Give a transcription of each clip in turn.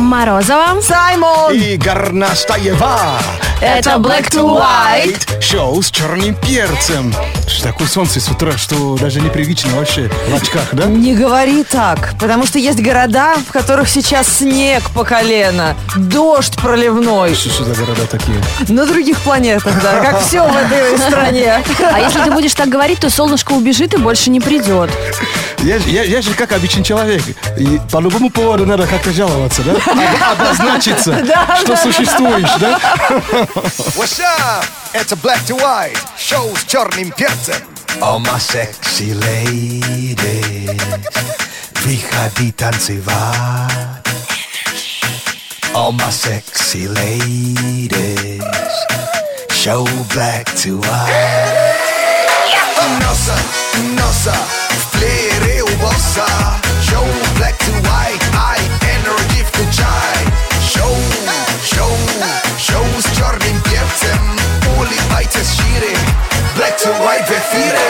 Морозова. Саймон. И Горностаева. Это Black to White. Шоу с черным перцем. Такое солнце с утра, что даже непривычно вообще в очках, да? Не говори так, потому что есть города, в которых сейчас снег по колено, дождь проливной. Что за города такие? На других планетах, да, как все в этой стране. А если ты будешь так говорить, то солнышко убежит и больше не придет. Я же как обычный человек. И по любому поводу надо как-то жаловаться, да? Обозначиться, что существуешь, да? What's up? Это Black to White, шоу с черным перцем. All my sexy ladies, приходи танцевать. All my sexy ladies, show Black to White. Носа, в плеере у босса. Show Black to White, ай, energy включай. Шоу с черным перцем. Улыбайтесь шире, Black to White в эфире.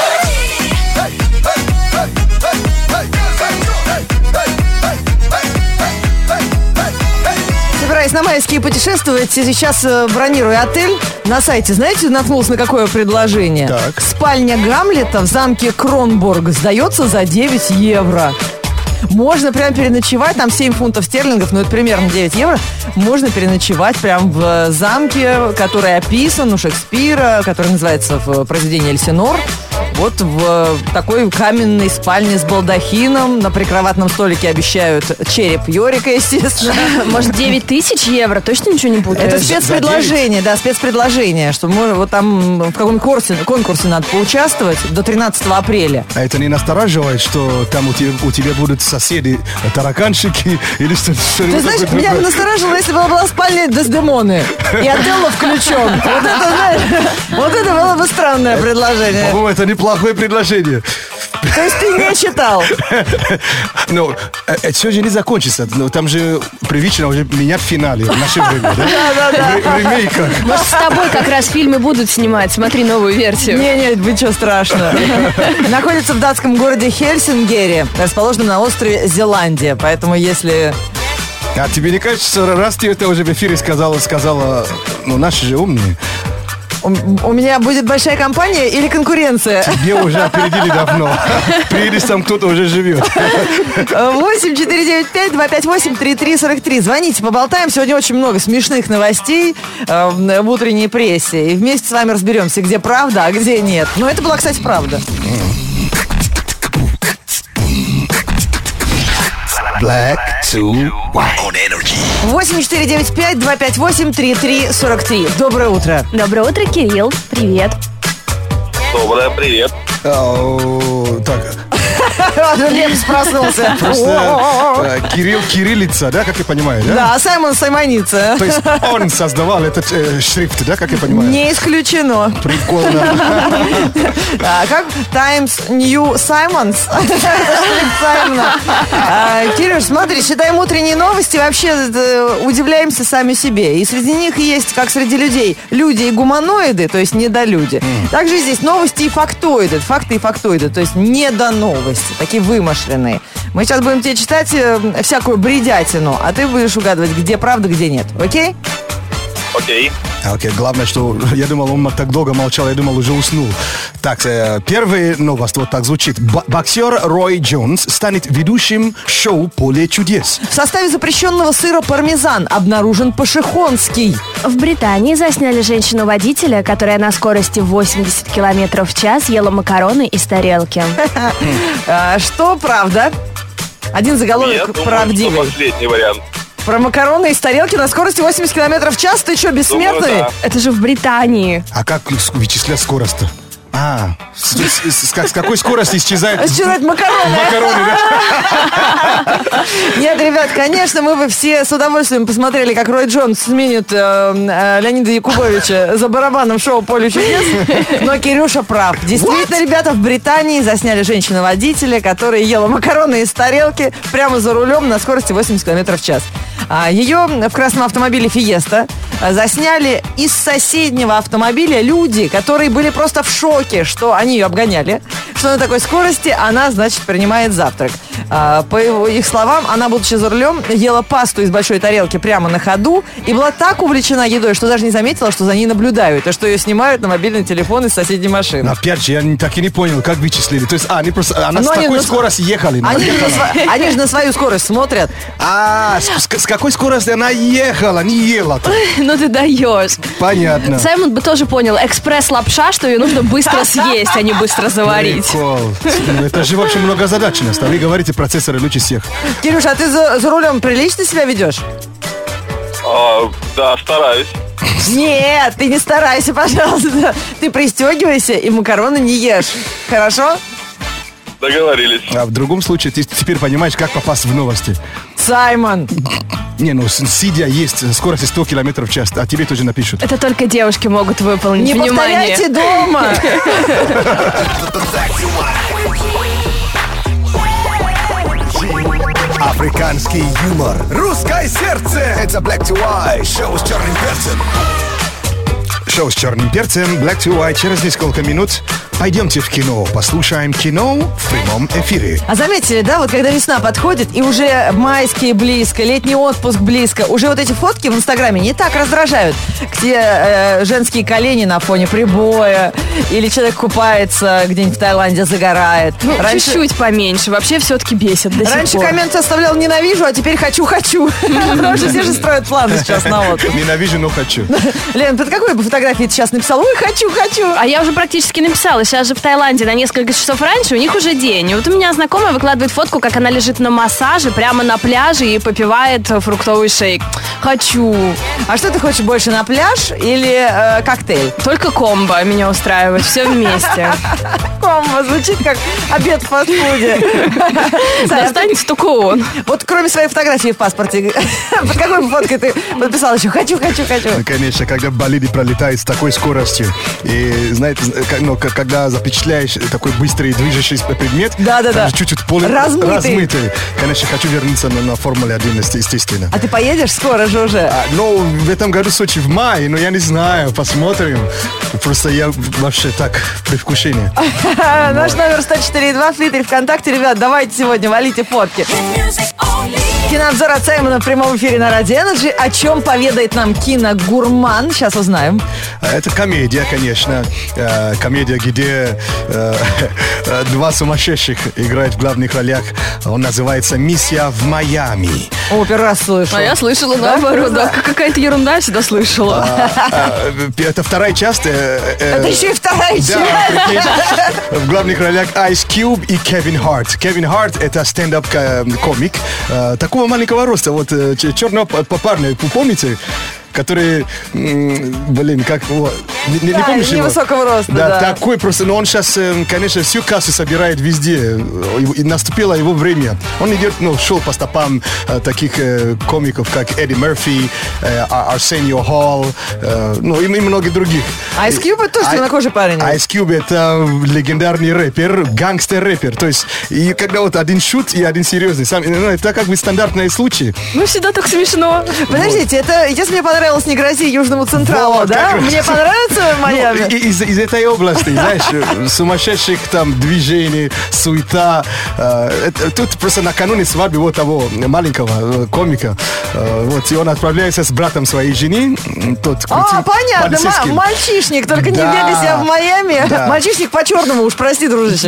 Собираюсь на майские путешествовать, сейчас бронирую отель. На сайте, знаете, наткнулась на какое предложение? Так. Спальня Гамлета в замке Кронборг сдается за 9 евро. Можно прям переночевать, там 7 фунтов стерлингов, ну это примерно 9 евро. Можно переночевать прям в замке, который описан у Шекспира, который называется в произведении «Эльсинор». Вот в такой каменной спальне с балдахином. На прикроватном столике обещают череп Йорика, естественно. Может, 9 тысяч евро? Точно ничего не будет? Это спецпредложение, да, спецпредложение, что мы вот там в каком-то конкурсе надо поучаствовать до 13 апреля. А это не настораживает, что там у тебя будут соседи, тараканщики или что-то? Ты знаешь, меня бы насторожило, если бы была спальня Дездемоны и Отелло включен. Вот это, знаешь, вот это было бы странное предложение. По-моему, это неплохое предложение. То есть ты не читал? Ну, это все же не закончится. Но там же привычно уже менять в финале в наше время, да? Да. В ремейках. Может, с тобой как раз фильмы будут снимать. Смотри новую версию. Не, вы что, страшно. Находится в датском городе Хельсингере, расположенном на острове Зеландия. Поэтому если... А тебе не кажется, раз ты это уже в эфире сказала, ну, наши же умные. У меня будет большая компания или конкуренция? Тебе уже опередили давно. Приедешь, там кто-то уже живет. 8-495-258-3343. Звоните, поболтаем. Сегодня очень много смешных новостей в утренней прессе. И вместе с вами разберемся, где правда, а где нет. Но это была, кстати, правда. Black to White on Energy. 8-495-258-3343. Доброе утро. Доброе утро, Кирилл. Привет. Доброе, привет. Так, Лепс проснулся. просто Кирилл кириллица, да, как я понимаю, да? Да, Саймон Саймоница. То есть он создавал этот шрифт, да, как я понимаю? Не исключено. Прикольно. Как Times New Simons. Кирюш, смотри, читаем утренние новости, вообще удивляемся сами себе. И среди них есть, как среди людей, люди и гуманоиды, то есть недолюди. Также здесь новости и фактоиды, факты и фактоиды, то есть недоновости, такие вымышленные. Мы сейчас будем тебе читать всякую бредятину, а ты будешь угадывать, где правда, где нет. Окей? Окей. Окей, главное, что я думал, он так долго молчал, я думал, уже уснул. Так, первая новость вот так звучит. Боксер Рой Джонс станет ведущим шоу «Поле чудес». В составе запрещенного сыра пармезан обнаружен пашихонский. В Британии засняли женщину-водителя, которая на скорости 80 км в час ела макароны из тарелки. Что правда? Один Я заголовок думаю, правдивый. что последний вариант. Про макароны из тарелки на скорости 80 км в час? Ты что, бессмертный? Думаю, да. Это же в Британии. А как вычислять скорость-то? С какой скоростью исчезает Исчезают макароны. макароны, да? Нет, ребят, конечно, мы бы все с удовольствием посмотрели, как Рой Джонс сменит Леонида Якубовича за барабаном шоу «Поле чудес». Но Кирюша прав. Действительно, ребята, в Британии засняли женщину-водителя, которая ела макароны из тарелки прямо за рулем на скорости 80 км в час. Ее в красном автомобиле «Фиеста» засняли из соседнего автомобиля люди, которые были просто в шоке, что они ее обгоняли, что на такой скорости она, значит, принимает завтрак. По их словам, она, будучи за рулем, ела пасту из большой тарелки прямо на ходу и была так увлечена едой, что даже не заметила, что за ней наблюдают, и что ее снимают на мобильный телефон из соседней машины. Опять же, я так и не понял, как вычислили. То есть, они просто, она с такой скоростью ехали. Они же на свою скорость смотрят. С какой скоростью она ехала, не ела. Ну ты даешь. Понятно. Саймон бы тоже понял, экспресс-лапша, что ее нужно быстро съесть, а не быстро заварить. Прикол. Это же вообще многозадачность. А вы говорите, процессоры лучше всех. Кирюша, а ты за рулем прилично себя ведешь? Да, стараюсь. Нет, ты не старайся, пожалуйста. Ты пристегивайся и макароны не ешь. Хорошо? Договорились. А в другом случае ты теперь понимаешь, как попасть в новости. Саймон. Не, ну сидя есть скорость 100 км в час, а тебе тоже напишут. Это только девушки могут выполнить. Не Внимание. повторяйте дома. Африканский юмор. Русское сердце. Это Black to White. Шоу с черным перцем. Шоу с черным перцем, Black to White. Через несколько минут пойдемте в кино. Послушаем кино в прямом эфире. А заметили, да, вот когда весна подходит, и уже майские близко, летний отпуск близко, уже вот эти фотки в Инстаграме не так раздражают, где женские колени на фоне прибоя, или человек купается где-нибудь в Таиланде, загорает. Ну, чуть-чуть поменьше. Вообще все-таки бесит до сих пор. Раньше коммент оставлял «ненавижу», а теперь «хочу-хочу». Потому что все же строят планы сейчас на отдых. Ненавижу, но хочу. Лен, под какой бы фотографией ты сейчас написала? Ой, хочу-хочу. А я уже практически написала. Сейчас же в Таиланде на несколько часов раньше, у них уже день. И вот у меня знакомая выкладывает фотку, как она лежит на массаже прямо на пляже и попивает фруктовый шейк. Хочу. А что ты хочешь больше, на пляж или коктейль? Только комбо меня устраивает. Все вместе. Комбо звучит как обед в фастфуде. Достанется только он. Вот кроме своей фотографии в паспорте, под какой фоткой ты подписала еще хочу-хочу-хочу? Ну, конечно, когда болиды пролетают с такой скоростью, и, знаете, когда запечатляешь такой быстрый движущийся предмет, да. чуть-чуть размытый. Конечно, хочу вернуться на Формуле 1, естественно. А ты поедешь скоро же уже? Ну, в этом году Сочи в мае, но я не знаю, посмотрим. Просто я вообще так в предвкушении. Наш номер 104.2 в Твиттере, ВКонтакте. Ребят, давайте сегодня валите фотки. Кинообзор от Саймона в прямом эфире на Радио Energy. О чем поведает нам киногурман? Сейчас узнаем. Это комедия, конечно. Комедия, где два сумасшедших играют в главных ролях. Он называется «Миссия в Майами». О, первый раз слышу. А я слышала наоборот. Да, какая-то ерунда, я всегда слышала. Это вторая часть. Это еще и вторая часть. В главных ролях Ice Cube и Кевин Харт. Кевин Харт — это стендап-комик такого маленького роста. Вот черного парня, помните? Который, как его... Не помнишь его? Невысокого роста, да. Такой просто, но он сейчас, конечно, всю кассу собирает везде. И наступило его время. Он идет, шел по стопам таких комиков, как Эдди Мерфи, Арсенио Холл, и многих других. Ice Cube тоже темнокожий парень. Ice Cube — это легендарный рэпер, гангстер-рэпер. То есть, и когда вот один шут и один серьезный. Это как бы стандартные случаи. Ну, всегда так смешно. Подождите, это, если мне понравилось «Не грози Южному Централу», вот, да? Мне понравится Майами? Из этой области, знаешь, сумасшедших там движений, суета. Тут просто накануне свадьбы вот того маленького комика. Вот, и он отправляется с братом своей жены. Понятно, мальчишник, только не бегай себя в Майами. Да. Мальчишник по-черному, уж прости, дружище.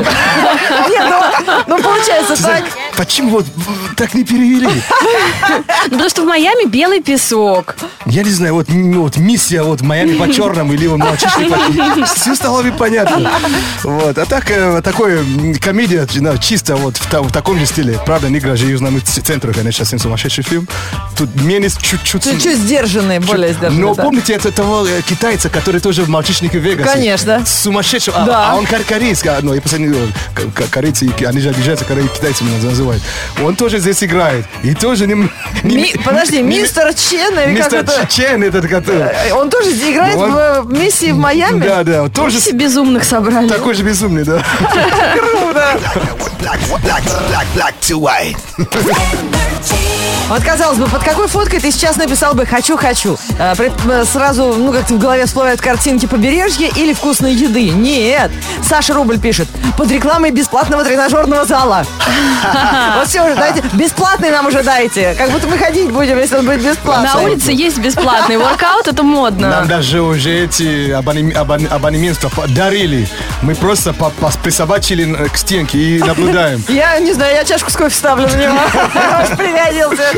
Нет, получается так. Почему вот так не перевели? Потому что в Майами белый песок. Я не знаю, вот миссия вот Майами по-черному или вот мальчишник по-черному. Все стало бы понятно. Вот. А так, такое комедия, чисто вот в таком же стиле. Правда, не грожи Южному Центру, конечно, совсем сумасшедший фильм. Тут менее чуть-чуть... Чуть-чуть сдержанный, более сдержанный. Но помните того китайца, который тоже в «Мальчишнике в Вегасе»? Конечно. Сумасшедший. Да. А он корейский. Я посмотрел, корейцы, они же обижаются, когда их китайцами называют. White. Он тоже здесь играет. И тоже Подожди, мистер Чен или как это? Мистер Чен этот, который... Он тоже играет в «Миссии в Майами»? Да, он тоже Все безумных собрали. такой же безумный, да. Круто! Black to white. Вот, казалось бы, под какой фоткой ты сейчас написал бы «хочу-хочу»? Сразу, как-то в голове всплывают картинки побережья или вкусной еды. Нет. Саша Рубль пишет: под рекламой бесплатного тренажерного зала. Вот все уже, дайте. Бесплатный нам уже дайте. Как будто мы ходить будем, если он будет бесплатный. На улице есть бесплатный воркаут, это модно. Нам даже уже эти абонементства дарили. Мы просто присобачили к стенке и наблюдаем. Я не знаю, я чашку с кофе ставлю в него. Пригодился.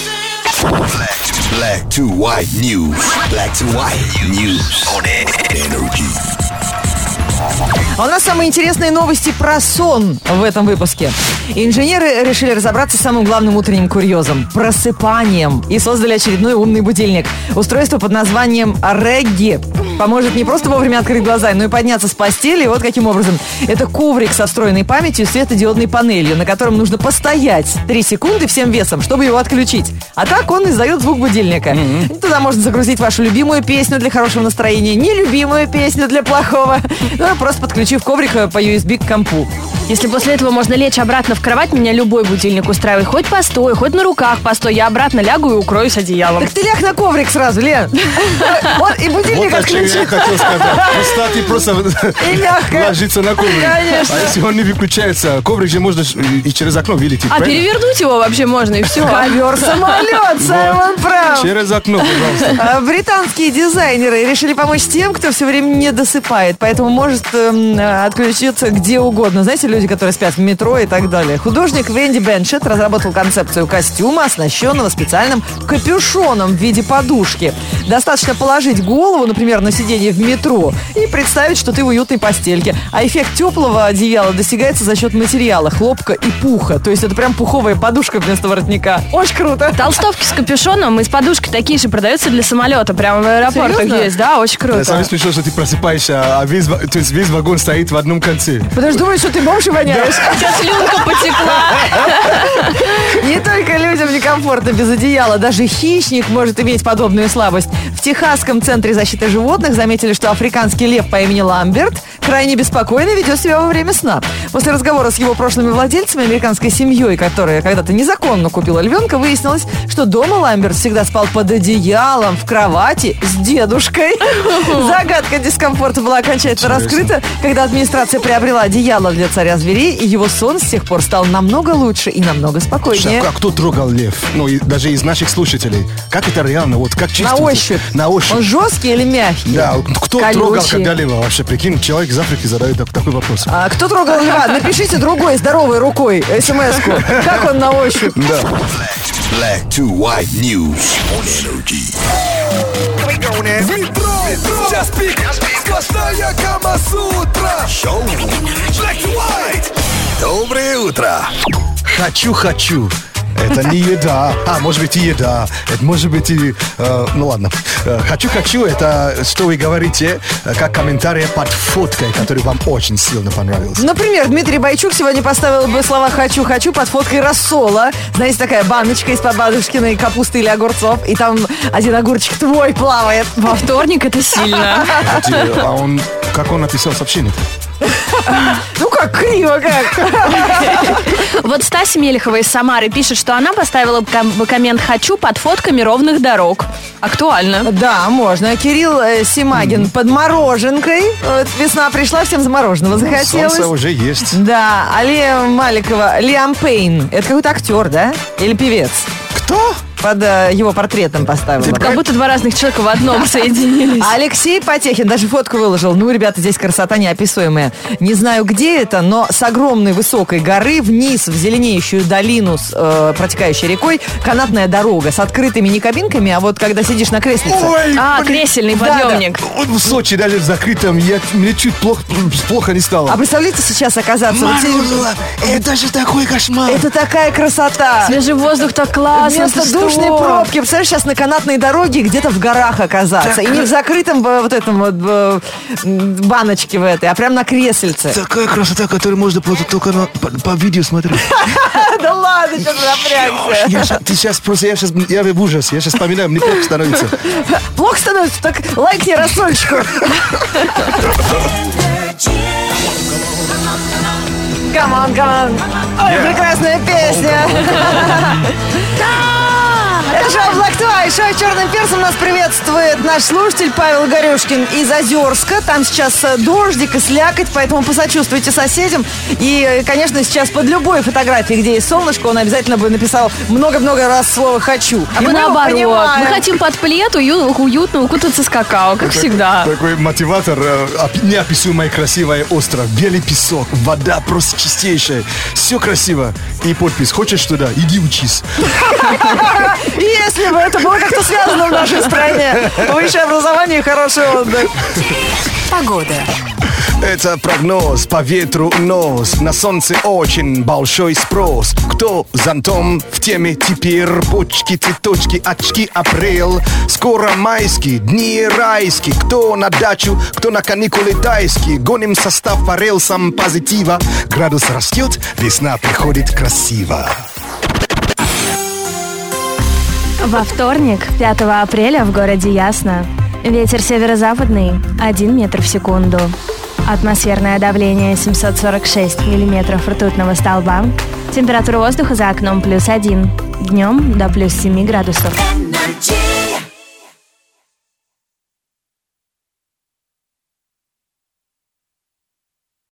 Black to white news. Black to white news on Energy. А у нас самые интересные новости про сон в этом выпуске. Инженеры решили разобраться с самым главным утренним курьезом – просыпанием. И создали очередной умный будильник. Устройство под названием «Регги» поможет не просто вовремя открыть глаза, но и подняться с постели. И вот каким образом. Это коврик со встроенной памятью и светодиодной панелью, на котором нужно постоять 3 секунды всем весом, чтобы его отключить. А так он издает звук будильника. Туда можно загрузить вашу любимую песню для хорошего настроения, нелюбимую песню для плохого. Просто подключив коврик по USB к компу. Если после этого можно лечь обратно в кровать, меня любой будильник устраивает. Хоть постой, хоть на руках постой. Я обратно лягу и укроюсь одеялом. Так ты ляг на коврик сразу, Лен. Вот и будильник отключи. Я хотел сказать. Кстати, просто ложиться на коврик. Конечно. А если он не выключается, коврик же можно и через окно вылететь. А перевернуть его вообще можно, и все. Ковер-самолет, Саймон прав. Через окно, пожалуйста. Британские дизайнеры решили помочь тем, кто все время не досыпает, поэтому может отключиться где угодно. Знаете, люди, которые спят в метро и так далее. Художник Венди Беншет разработал концепцию костюма, оснащенного специальным капюшоном в виде подушки. Достаточно положить голову, например, на сиденье в метро и представить, что ты в уютной постельке. А эффект теплого одеяла достигается за счет материала, хлопка и пуха. То есть это прям пуховая подушка вместо воротника. Очень круто. Толстовки с капюшоном и с подушкой такие же продаются для самолета. Прямо в аэропортах Серьезно? есть. Да, очень круто. Самое смешное, что ты просыпаешься, а весь вагон стоит в одном конце. Потому что думаешь, что ты бомж и воняешь. Сейчас слюнка потекла. Не только людям некомфортно без одеяла, даже хищник может иметь подобную слабость. В Техасском центре защиты животных заметили, что африканский лев по имени Ламберт крайне беспокойно ведет себя во время сна. После разговора с его прошлыми владельцами, американской семьей, которая когда-то незаконно купила львенка, выяснилось, что дома Ламберт всегда спал под одеялом в кровати с дедушкой. Загадка дискомфорта была окончательно раскрыта, когда администрация приобрела одеяло для царя зверей, и его сон с тех пор стал намного лучше и намного спокойнее. А кто трогал лев? Ну, и даже из наших слушателей. Как это реально? Вот как чувствуете? На ощупь. На ощупь. Он жесткий или мягкий? Да, кто Колючий. трогал когда-либо вообще? Прикинь, человек из Африки задает такой вопрос. А кто трогал льва? Напишите другой здоровой рукой смс-ку. Как он на ощупь? Да. Black to white news on Energy. Час пик, сплошная Камасутра. Шоу Black to white. Доброе утро. Хочу. Это не еда. Может быть и еда. Это может быть и... ну ладно. Хочу. Это что вы говорите, как комментарий под фоткой, который вам очень сильно понравился. Например, Дмитрий Бойчук сегодня поставил бы слова «хочу» под фоткой рассола. Знаете, такая баночка из-под бабушкиной капусты или огурцов, и там один огурчик твой плавает. Во вторник это сильно. Как он написал сообщение-то? Ну как, криво как. Вот Стася Мелехова из Самары пишет, что она поставила коммент «хочу» под фотками ровных дорог. Актуально. Да, можно. Кирилл Симагин под мороженкой. Вот весна пришла, всем замороженного захотелось. Солнце уже есть. Да, Алия Маликова, Лиам Пейн. Это какой-то актер, да? Или певец? Кто? Под его портретом поставила. Как будто два разных человека в одном соединились. Алексей Потехин даже фотку выложил. Ну, ребята, здесь красота неописуемая. Не знаю, где это, но с огромной высокой горы вниз в зеленеющую долину с протекающей рекой канатная дорога с открытыми не кабинками, а вот когда сидишь на креслице. Ой, Кресельный подъемник. Вот в Сочи даже в закрытом мне чуть плохо не стало. А представляете сейчас оказаться... вот сидишь- Это же такой кошмар. это такая красота. Свежий воздух так классно. Вместо ты душа воздушные пробки. Представляешь, сейчас на канатной дороге где-то в горах оказаться. И не в закрытом вот этом вот баночке в этой, а прям на кресельце. Такая красота, которую можно только по видео смотреть. Да ладно, что ты напрягся. Ты сейчас просто, я в ужасе. Я сейчас вспоминаю, мне плохо становится. Плохо становится? Так лайкни рассольчику. Камон, камон. Ой, прекрасная песня. Это шоу Black to White, шоу «Черным перцем». Нас приветствует наш слушатель Павел Горюшкин из Озерска. Там сейчас дождик и слякоть, поэтому посочувствуйте соседям. И, конечно, сейчас под любой фотографией, где есть солнышко, он обязательно бы написал много-много раз слово «хочу». А мы наоборот. Мы хотим под плед уютно укутаться с какао, как всегда. Такой мотиватор, неописуемый красивый остров, белый песок, вода просто чистейшая, все красиво. И подпись: хочешь туда, иди учись. Если бы это было как-то связано в нашей стране. Высшее образование и хороший отдых. Погода. Это прогноз, по ветру нос. На солнце очень большой спрос. Кто зонтом в теме теперь? Почки, цветочки, очки, апрель. Скоро майские, дни райские. Кто на дачу, кто на каникулы тайские. Гоним состав по рельсам позитива. Градус растет, весна приходит красиво. Во вторник, 5 апреля, в городе Ясно. Ветер северо-западный 1 метр в секунду. Атмосферное давление 746 миллиметров ртутного столба. Температура воздуха за окном +1. Днем до +7 градусов.